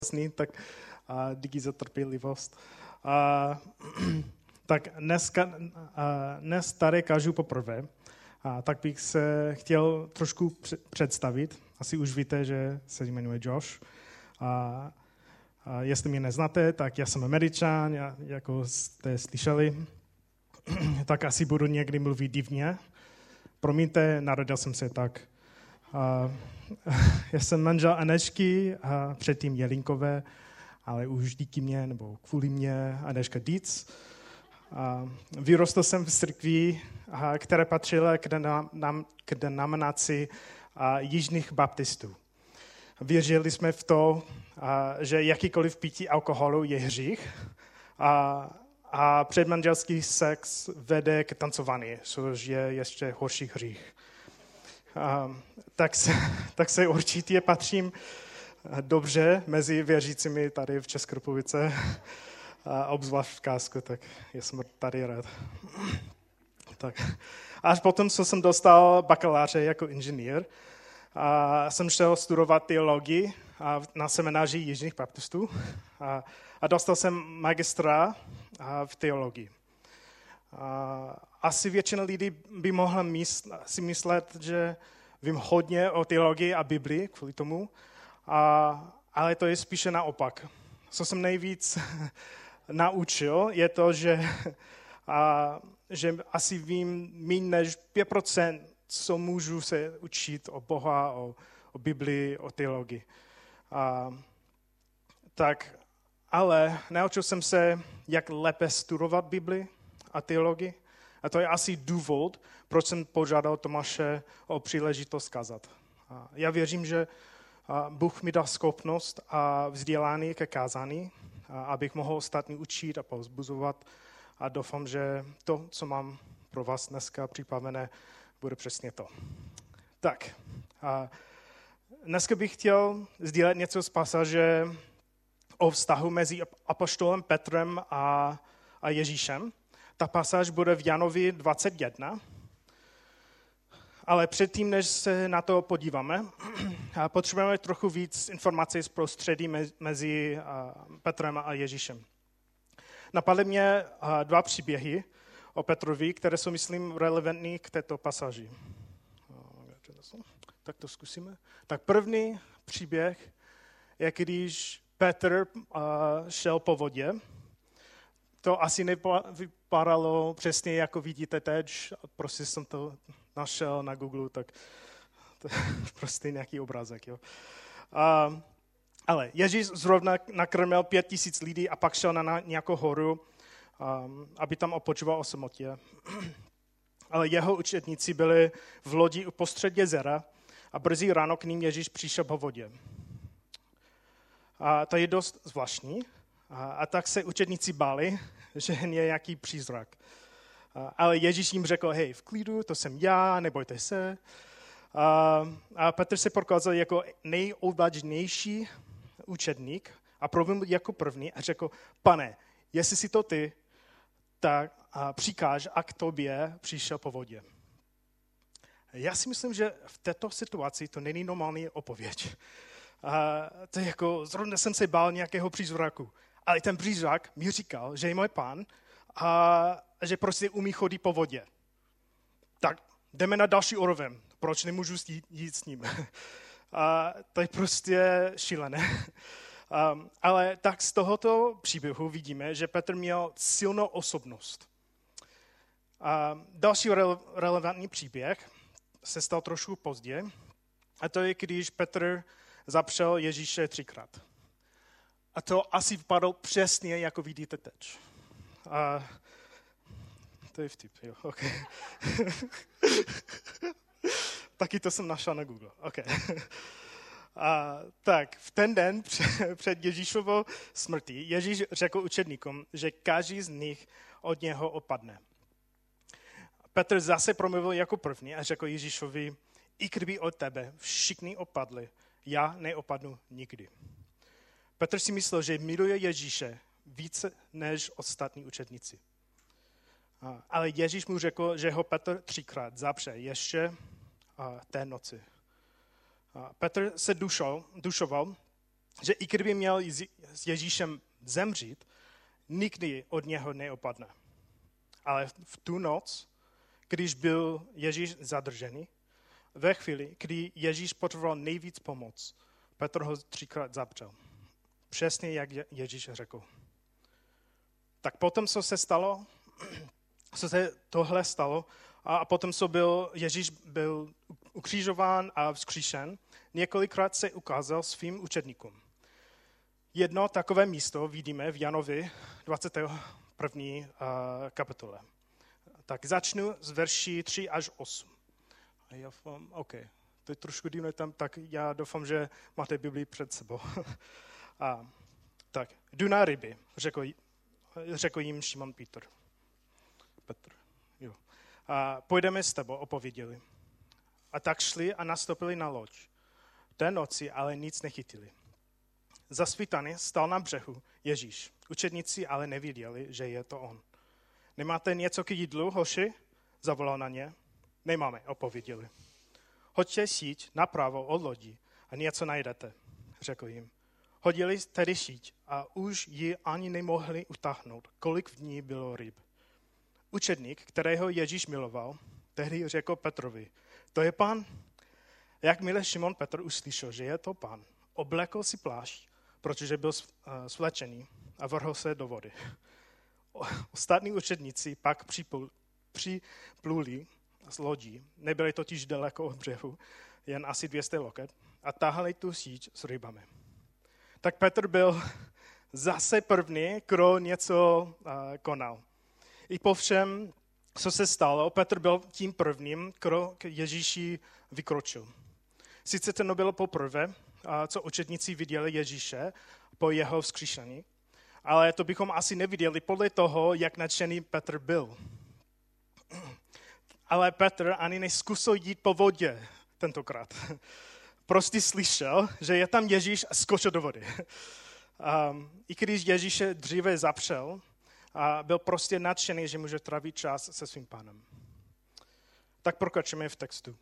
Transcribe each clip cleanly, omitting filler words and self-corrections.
tak díky za trpělivost. Tak dnes tady kážu poprvé, tak bych se chtěl trošku představit. Asi už víte, že se jmenuje Josh. Jestli mě neznáte, tak já jsem Američan, jako jste slyšeli, tak asi budu někdy mluvit divně. Promiňte, narodil jsem se tak. Já jsem manžel Anešky a předtím Jelinkové, ale už díky mě, nebo kvůli mě, Aneška Dietz. Vyrostl jsem v církvi, která patřila k denominaci jižních baptistů. Věřili jsme v to, že jakýkoliv pití alkoholu je hřích a předmanželský sex vede k tancování, což je ještě horší hřích. Tak se určitě patřím dobře mezi věřícími tady v České republice, obzvlášť v Kásku, tak jsem tady rád. Tak. Až potom, co jsem dostal bakaláře jako inženýr, jsem šel studovat teologii na semináři jižních baptistů a dostal jsem magistra v teologii. Asi většina lidí by mohla si myslet, že vím hodně o teologii a Biblii kvůli tomu, ale to je spíše naopak. Co jsem nejvíc naučil, je to, že asi vím méně než 5%, co můžu se učit o Boha, o Biblii, o teologii. Ale naučil jsem se, jak lépe studovat Bibli a teologii. A to je asi důvod, proč jsem požádal Tomáše o příležitost kázat. Já věřím, že Bůh mi dal schopnost a vzdělání ke kázání, abych mohl ostatní učit a povzbuzovat. A doufám, že to, co mám pro vás dneska připravené, bude přesně to. Tak, dneska bych chtěl sdílet něco z pasáže o vztahu mezi apoštolem Petrem a Ježíšem. Ta pasáž bude v Janovi 21. Ale předtím, než se na to podíváme, potřebujeme trochu víc informací z prostředí mezi Petrem a Ježíšem. Napadly mě dva příběhy o Petrovi, které jsou, myslím, relevantní k této pasáži. Tak to zkusíme. Tak první příběh je, když Petr šel po vodě. To asi nevypadalo přesně, jako vidíte teď. Prostě jsem to našel na Google, tak to je prostě nějaký obrázek. Jo. Ale Ježíš zrovna nakrmil 5000 lidí a pak šel na nějakou horu, aby tam odpočíval o samotě. Ale jeho učedníci byli v lodi uprostřed jezera a brzy ráno k ním Ježíš přišel po vodě. To je dost zvláštní. A tak se učedníci báli, že je nějaký přízrak. Ale Ježíš jim řekl, hej, v klidu, to jsem já, nebojte se. A Petr se prokázal jako nejodvážnější učedník a promluvil jako první a řekl, pane, jestli si to ty, tak přikáž, a k tobě přišel po vodě. Já si myslím, že v této situaci to není normální odpověď. To je jako, zrovna jsem se bál nějakého přízraku, ale ten přízrak mi říkal, že je můj pán a že prostě umí chodit po vodě. Tak jdeme na další úroveň. Proč nemůžu jít s ním? To je prostě šílené. Ale tak z tohoto příběhu vidíme, že Petr měl silnou osobnost. Další relevantní příběh se stal trošku později. A to je, když Petr zapřel Ježíše 3krát. A to asi vypadalo přesně, jako vidíte teď. To je vtip, jo, ok. Taky to jsem našel na Google, ok. Tak, v ten den před Ježíšovou smrtí Ježíš řekl učedníkům, že každý z nich od něho opadne. Petr zase promluvil jako první a řekl Ježíšovi, i kdyby od tebe všichni opadli, já neopadnu nikdy. Petr si myslel, že miluje Ježíše více než ostatní učedníci. Ale Ježíš mu řekl, že ho Petr 3krát zapře ještě té noci. Petr se dušoval že i kdyby měl s Ježíšem zemřít, nikdy od něho neopadne. Ale v tu noc, když byl Ježíš zadržený, ve chvíli, kdy Ježíš potřeboval nejvíc pomoc, Petr ho 3krát zapřel. Přesně jak Ježíš řekl. Tak potom, co se tohle stalo, a potom, co Ježíš byl ukřižován a vzkříšen, několikrát se ukázal svým učedníkům. Jedno takové místo vidíme v Janovi 21. kapitole. Tak začnu z verší 3 až 8. A já doufám, to je trošku divné tam, tak já doufám, že máte Bibli před sebou. Tak, jdu na ryby, řekl jim Šimon Petr. Jo. A půjdeme s tebou, opověděli. A tak šli a nastoupili na loď. Té noci ale nic nechytili. Za svítany stál na břehu Ježíš. Učedníci ale nevěděli, že je to on. Nemáte něco k jídlu, hoši? Zavolal na ně. Nemáme, opověděli. Hoďte síť napravo od lodi a něco najdete, řekl jim. Hodili tedy síť a už ji ani nemohli utáhnout, kolik v ní bylo ryb. Učedník, kterého Ježíš miloval, tehdy řekl Petrovi, to je Pán. Jakmile Šimon Petr uslyšel, že je to Pán, oblekl si plášť, protože byl svlečený a vrhl se do vody. Ostatní učedníci pak připluli z lodí, nebyli totiž daleko od břehu, jen asi 200 loket, a táhali tu síť s rybami. Tak Petr byl zase první, kdo něco konal. I po všem, co se stalo, Petr byl tím prvním, kdo k Ježíši vykročil. Sice to nebylo poprvé, co učedníci viděli Ježíše po jeho vzkříšení, ale to bychom asi neviděli podle toho, jak nadšený Petr byl. Ale Petr ani neskusil jít po vodě tentokrát. Prostě slyšel, že je tam Ježíš a skočil do vody. I když Ježíše dříve zapřel, byl prostě nadšený, že může trávit čas se svým Pánem. Tak pokračujeme v textu.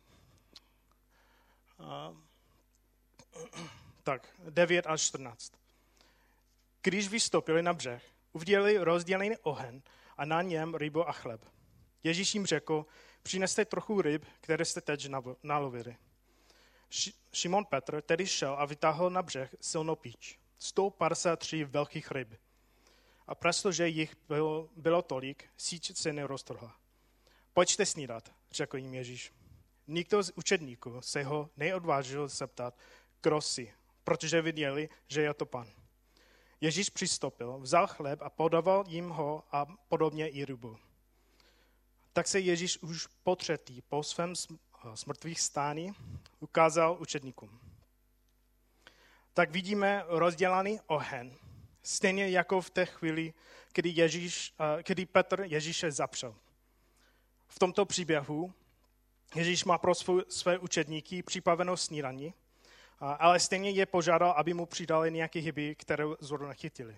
Tak, 9 až 14. Když vystoupili na břeh, uviděli rozdělený oheň a na něm rybu a chleb. Ježíš jim řekl, přineste trochu ryb, které jste teď nalovili. Šimon Petr tedy šel a vytáhl na břeh silnou píč. 153 velkých ryb. A přestože jich bylo tolik, síť se neroztrhla. Pojďte snídat, řekl jim Ježíš. Nikdo z učedníků se ho neodvážil zeptat, kdo jsi, protože viděli, že je to Pán. Ježíš přistoupil, vzal chléb a podával jim ho a podobně i rybu. Tak se Ježíš už potřetí po svém smrtvých stání ukázal učedníkům. Tak vidíme rozdělaný oheň, stejně jako v té chvíli, kdy Petr Ježíše zapřel. V tomto příběhu Ježíš má pro své učedníky připravenou snídaní, ale stejně je požádal, aby mu přidali nějaké hyby, které zrovna chytili.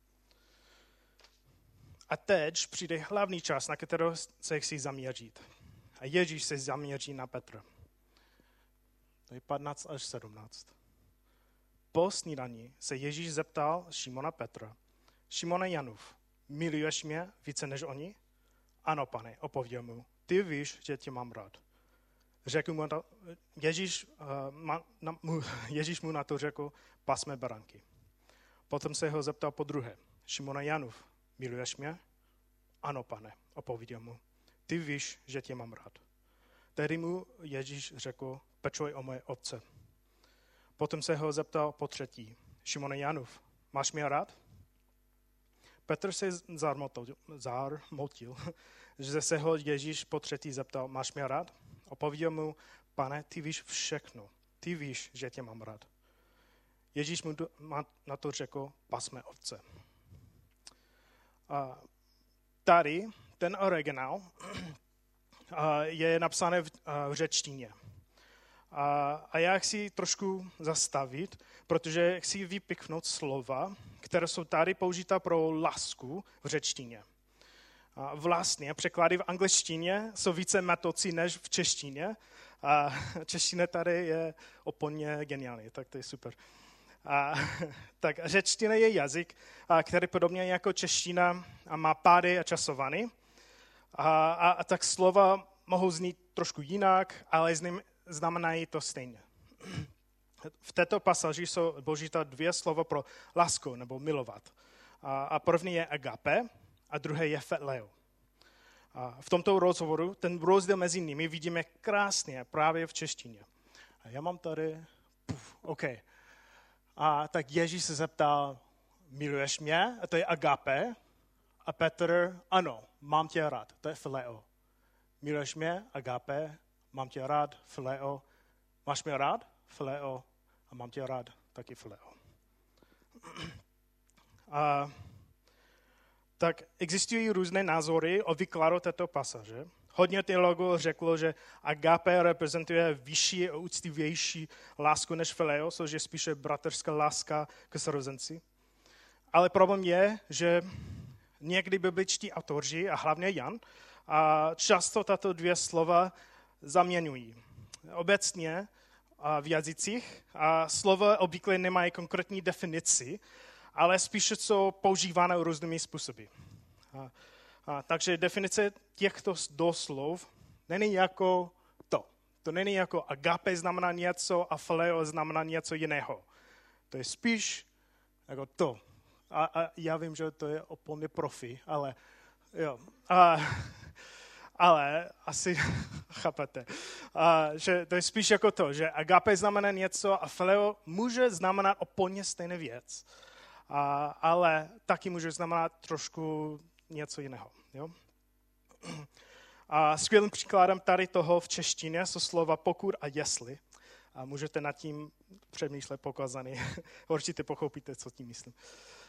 A teď přijde hlavní čas, na kterou se chci zaměřit. A Ježíš se zaměří na Petra. To je 15 až 17. Po snídani se Ježíš zeptal Šimona Petra. Šimone Janův, miluješ mě více než oni? Ano, Pane, odpověděl mu. Ty víš, že tě mám rád. Řekl mu Ježíš mu na to řekl, pasme baránky. Potom se ho zeptal podruhé. Šimona Janův, miluješ mě? Ano, Pane, odpověděl mu. Ty víš, že tě mám rád. Tehdy mu Ježíš řekl, pečuj o moje otce. Potom se ho zeptal po třetí. Šimone Janův, máš mě rád? Petr se zarmotil, že se ho Ježíš po třetí zeptal, máš mě rád? Odpověděl mu, Pane, ty víš všechno. Ty víš, že tě mám rád. Ježíš mu na to řekl, pasme ovce. Tady ten originál je napsaný v řečtině. A já chci trošku zastavit, protože chci vypíchnout slova, které jsou tady použita pro lásku v řečtině. Vlastně překlady v angličtině jsou více matoucí než v češtině. A čeština tady je úplně geniální, tak to je super. Tak řečtina je jazyk, který podobně jako čeština má pády a časovany. A tak slova mohou znít trošku jinak, ale znamenají to stejně. V této pasáži jsou použita dvě slova pro lásku nebo milovat. A první je agape a druhé je phileo. A v tomto rozhovoru ten rozdíl mezi nimi vidíme krásně právě v češtině. A já mám tady, OK. A tak Ježíš se zeptal, miluješ mě? A to je agape. A Petr, ano, mám tě rád. To je phileo. Miluješ mě? Agape. Mám tě rád? Phileo. Máš mě rád? Phileo. A mám tě rád? Taky phileo. Tak existují různé názory o výkladu této pasáže. Hodně teologů řeklo, že agape reprezentuje vyšší a úctivější lásku než phileo, což je spíše bratrská láska k sourozenci. Ale problém je, že někdy bibličtí autoři, a hlavně Jan, často tato dvě slova zaměňují. Obecně v jazycích slova obvykle nemají konkrétní definici, ale spíše jsou používány různými způsoby. Takže definice těchto doslov není jako to. To není jako agape znamená něco a phileo znamená něco jiného. To je spíš jako to. A já vím, že to je úplně profi, ale jo. Ale asi chápete, že to je spíš jako to, že agape znamená něco a phileo může znamenat úplně stejné věc. Ale taky může znamenat trošku něco jiného. Jo? A skvělým příkladem tady toho v češtině jsou slova pokud a jestli. A můžete nad tím přemýšlet pokazaný. Určitě pochopíte, co tím myslím.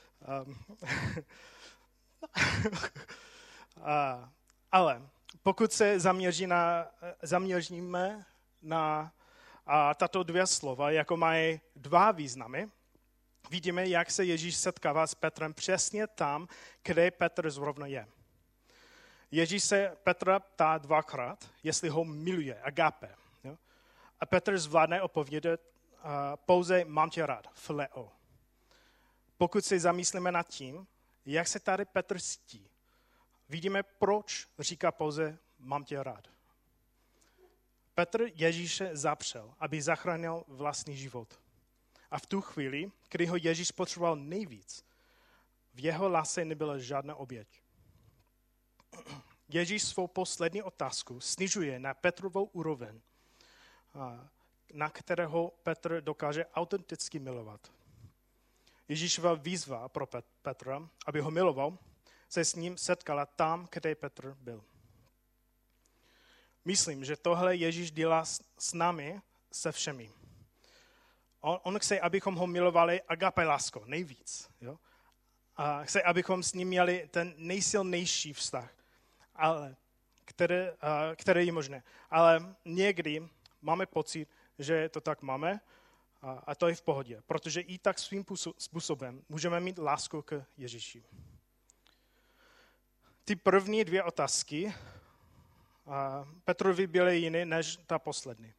Ale pokud se zaměříme na tato dvě slova, jako mají dva významy, vidíme, jak se Ježíš setkává s Petrem přesně tam, kde Petr zrovna je. Ježíš se Petra ptá dvakrát, jestli ho miluje, agape. Jo? A Petr zvládne odpovědět pouze mám tě rád, phileo. Pokud se zamyslíme nad tím, jak se tady Petr cítí, vidíme, proč říká pouze mám tě rád. Petr Ježíše zapřel, aby zachránil vlastní život. A v tu chvíli, kdy ho Ježíš potřeboval nejvíc, v jeho lásce nebyla žádná oběť. Ježíš svou poslední otázku snižuje na Petrovou úroveň, na kterého Petr dokáže autenticky milovat. Ježíšova výzva pro Petra, aby ho miloval, se s ním setkala tam, kde Petr byl. Myslím, že tohle Ježíš dělá s námi, se všemi. On chce, abychom ho milovali agape lásko, nejvíc. Jo? A chce, abychom s ním měli ten nejsilnější vztah, které je možné. Ale někdy máme pocit, že to tak máme a to je v pohodě, protože i tak svým způsobem můžeme mít lásku k Ježíši. Ty první dvě otázky Petrovi byly jiné než ta poslední.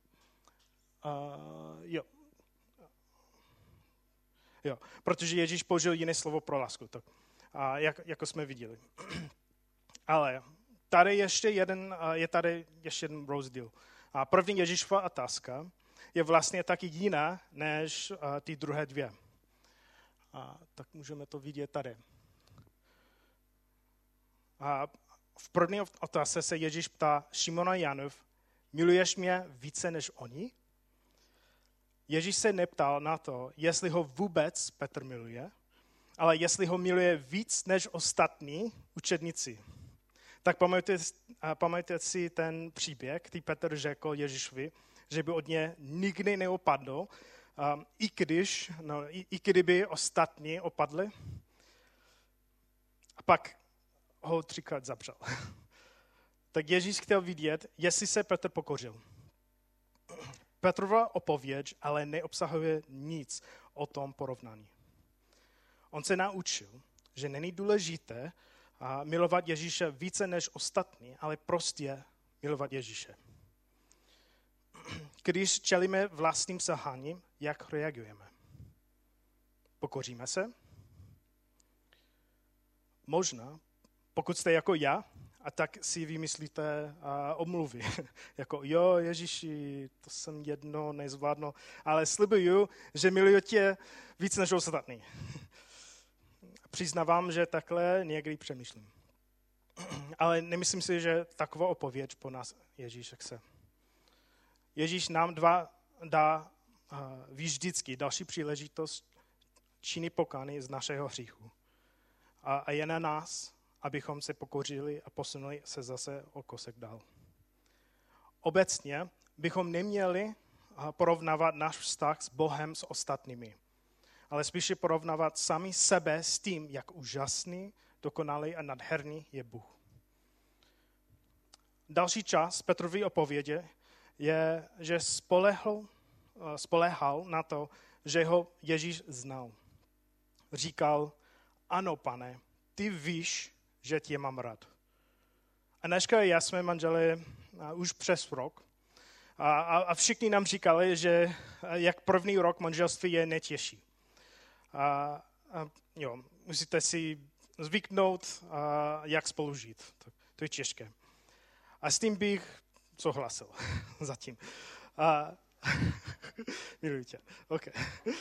Jo, protože Ježíš použil jiné slovo pro lásku, tak, jako jsme viděli. Ale tady je tady ještě jeden rozdíl. A první Ježíšova otázka je vlastně taky jiná než ty druhé dvě. Tak můžeme to vidět tady. A v první otázce se Ježíš ptá Šimona Janův, miluješ mě více než oni? Ježíš se neptal na to, jestli ho vůbec Petr miluje, ale jestli ho miluje víc než ostatní učedníci. Tak pamatujte si ten příběh, který Petr řekl Ježíšovi, že by od něj nikdy neopadl, i kdyby ostatní opadli. A pak ho 3krát zapřel. Tak Ježíš chtěl vidět, jestli se Petr pokořil. Petrova odpověď ale neobsahuje nic o tom porovnání. On se naučil, že není důležité milovat Ježíše více než ostatní, ale prostě milovat Ježíše. Když čelíme vlastním selháním, jak reagujeme? Pokoříme se? Možná, pokud jste jako já, a tak si vymyslíte omluvy. Jako jo, Ježíši, to jsem jedno nezvládnu, ale slibuju, že miluji tě víc než ostatní. Přiznávám, že takhle někdy přemýšlím. Ale nemyslím si, že taková odpověď po nás Ježíš chce. Ježíš nám dá vždycky další příležitost činit pokání z našeho hříchu. A je na nás, abychom se pokořili a posunuli se zase o kousek dál. Obecně bychom neměli porovnávat náš vztah s Bohem s ostatními, ale spíše porovnávat sami sebe s tím, jak úžasný, dokonalý a nadherný je Bůh. Další část Petrovy odpovědi je, že spolehal na to, že ho Ježíš znal. Říkal, ano, Pane, ty víš, že tě mám rád. A dneska já jsme manželi už přes rok a všichni nám říkali, že jak první rok manželství je netěžší. Jo, musíte si zvyknout, jak spolu žít. To je těžké. A s tím bych souhlasil zatím. Miluji tě. Okay.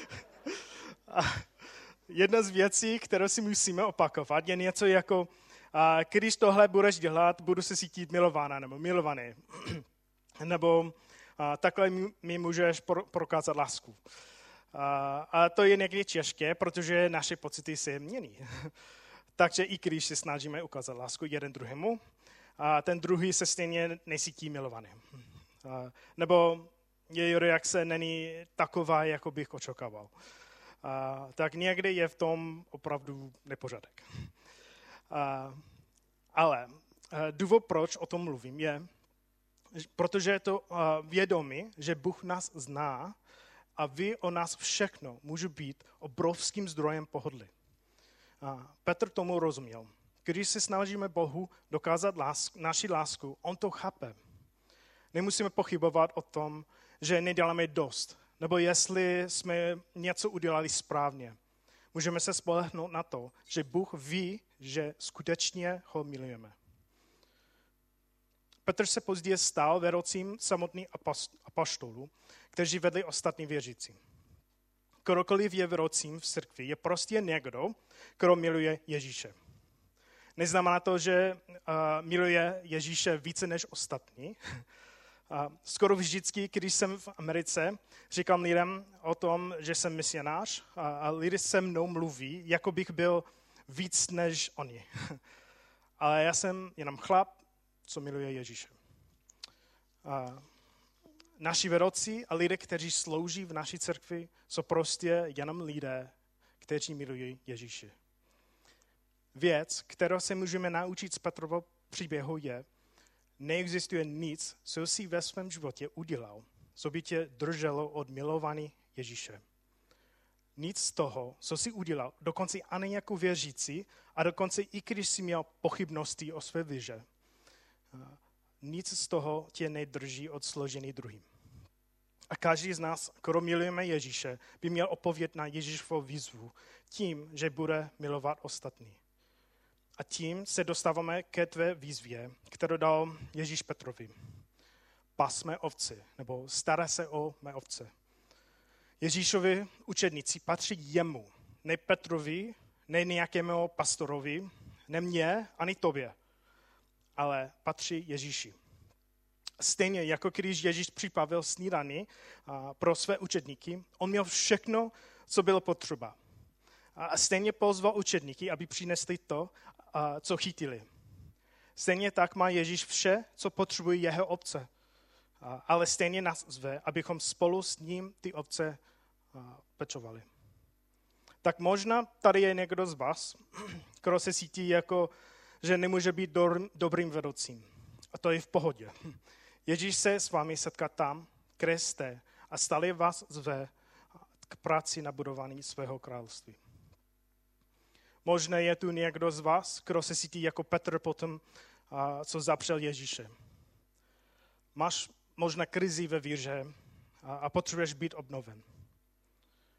Jedna z věcí, kterou si musíme opakovat, je něco jako, když tohle budeš dělat, budu se cítit milovaná nebo milovaný. Nebo takhle mi můžeš prokázat lásku. A to je někdy těžké, protože naše pocity se mění. Takže i když se snažíme ukázat lásku jeden druhému, a ten druhý se stejně necítí milovaný. Nebo její reakce není taková, jako bych očekával. Tak někdy je v tom opravdu nepořádek. Ale důvod, proč o tom mluvím, je, protože je to vědomí, že Bůh nás zná a ví o nás všechno, může být obrovským zdrojem pohodlí. Petr tomu rozuměl. Když se snažíme Bohu dokázat naši lásku, on to chápe. Nemusíme pochybovat o tom, že neděláme dost, nebo jestli jsme něco udělali správně. Můžeme se spolehnout na to, že Bůh ví, že skutečně ho milujeme. Petr se později stal vedoucím samotných apoštolů, kteří vedli ostatní věřící. Kdokoliv je vedoucím v církvi, je prostě někdo, kdo miluje Ježíše. Neznamená to, že miluje Ježíše více než ostatní. Skoro vždycky, když jsem v Americe, říkám lidem o tom, že jsem misionář a lidé se mnou mluví, jako bych byl víc než oni. Ale já jsem jenom chlap, co miluje Ježíše. Naši vedoucí a lidé, kteří slouží v naší církvi, jsou prostě jenom lidé, kteří milují Ježíše. Věc, kterou se můžeme naučit z Petrova příběhu je, neexistuje nic, co jsi ve svém životě udělal, co by tě drželo od milování Ježíše. Nic z toho, co jsi udělal, dokonce ani jako věřící a dokonce i když jsi měl pochybnosti o své víře, nic z toho tě nedrží od složení druhým. A každý z nás, kdo milujeme Ježíše, by měl odpovědět na Ježíšovu výzvu tím, že bude milovat ostatní. A tím se dostáváme ke tvé výzvě, kterou dal Ježíš Petrovi. Pas mé ovce, nebo stará se o mé ovce. Ježíšovi učedníci patří jemu, ne Petrovi, ne nějakému pastorovi, ne mně, ani tobě, ale patří Ježíši. Stejně jako když Ježíš připravil snídani pro své učedníky, on měl všechno, co bylo potřeba. A stejně pozval učedníky, aby přinesli to, co chytili. Stejně tak má Ježíš vše, co potřebují jeho ovce. Ale stejně nás zve, abychom spolu s ním ty ovce pečovali. Tak možná tady je někdo z vás, kdo se cítí jako, že nemůže být dobrým vedoucím. A to je v pohodě. Ježíš se s vámi setká tam, kde jste a stále vás zve k práci na budování svého království. Možná je tu někdo z vás, kdo se cítí jako Petr potom, co zapřel Ježíše. Máš možná krizi ve víře a potřebuješ být obnoven.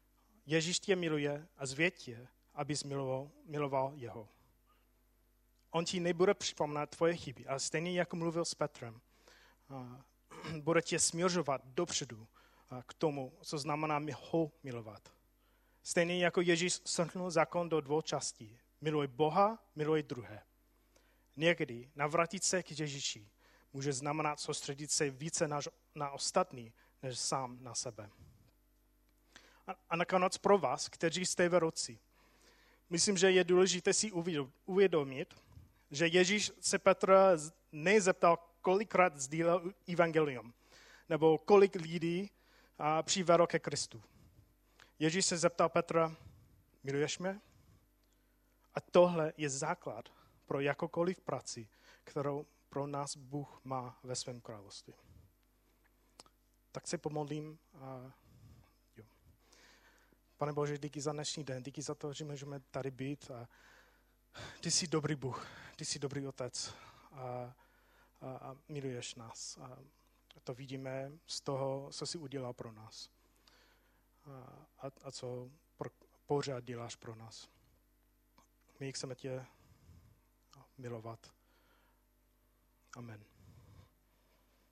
Ježíš tě miluje a zvěd tě, abys miloval jeho. On ti nebude připomínat tvoje chyby, ale stejně jako mluvil s Petrem, bude tě směřovat dopředu k tomu, co znamená ho milovat. Stejně jako Ježíš shrnul zákon do 2 částí. Miluj Boha, miluj druhé. Někdy navrátit se k Ježíši může znamenat soustředit se více na ostatní, než sám na sebe. A nakonec pro vás, kteří jste vedoucí, myslím, že je důležité si uvědomit, že Ježíš se Petra nezeptal, kolikrát sdílel evangelium, nebo kolik lidí přivedl ke Kristu. Ježíš se zeptal Petra, miluješ mě? A tohle je základ pro jakokoliv práci, kterou pro nás Bůh má ve svém království. Tak se pomodlím. Pane Bože, díky za dnešní den, díky za to, že můžeme tady být. Ty jsi dobrý Bůh, ty jsi dobrý Otec a miluješ nás. A to vidíme z toho, co jsi udělal pro nás. A co pořád děláš pro nás. My chceme tě milovat. Amen.